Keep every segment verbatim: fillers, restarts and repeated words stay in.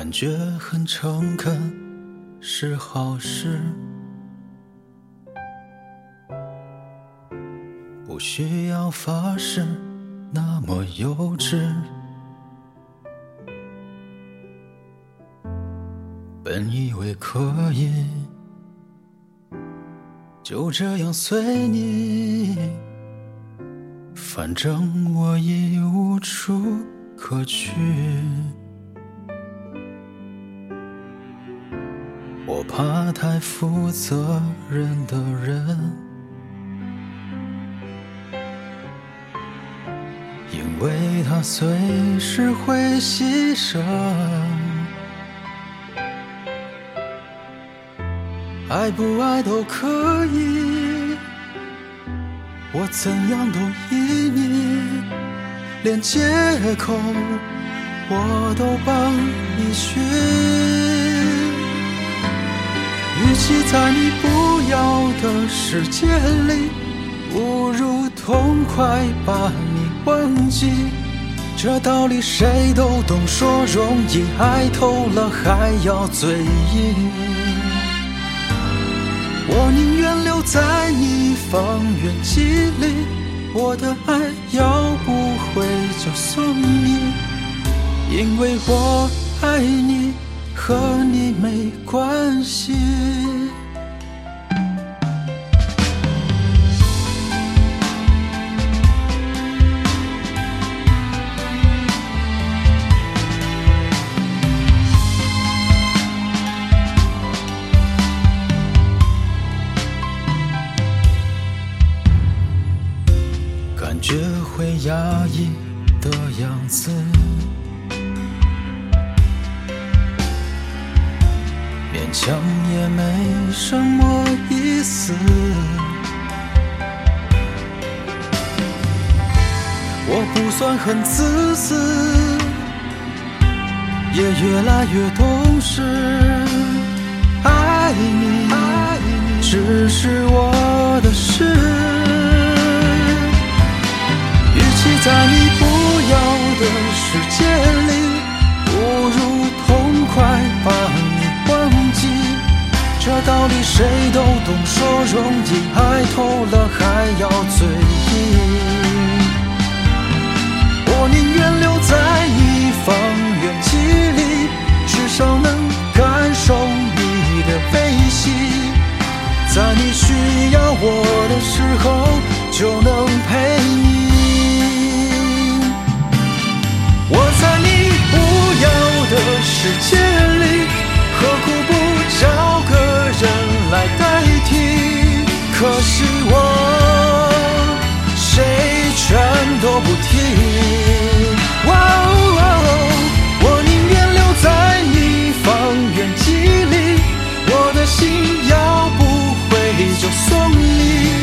感觉很诚恳是好事，不需要发誓那么幼稚。本以为可以就这样随你，反正我已无处可去。我怕太负责任的人，因为他随时会牺牲。爱不爱都可以，我怎样都依你，连借口我都帮你寻。与其在你不要的世界里，不如痛快把你忘记。这道理谁都懂，说容易，爱透了还要嘴硬。我宁愿留在你方圆几里，我的爱要不回就送你，因为我爱你和你没关系。感觉会压抑的样子，勉强也没什么意思。我不算很自私，也越来越懂事。爱你，爱你只是我的事。在你不要的世界里，不如痛快把你忘记。这道理谁都懂，说容易，爱透了还要嘴硬。我宁愿留在你方圆几里，至少能感受你的悲喜，在你需要我的时候就能陪你。我在你不要的世界里，何苦不找个人来代替？可是我谁全都不听。哦哦，我宁愿留在你方圆几里，我的心要不回就送你，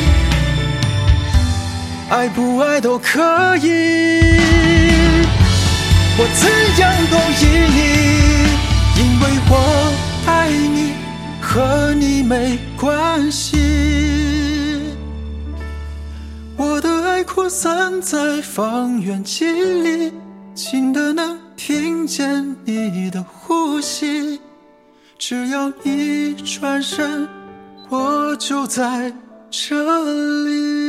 爱不爱都可以。我怎样都依你，因为我爱你和你没关系。我的爱扩散在方圆几里，近的能听见你的呼吸。只要你转身，我就在这里。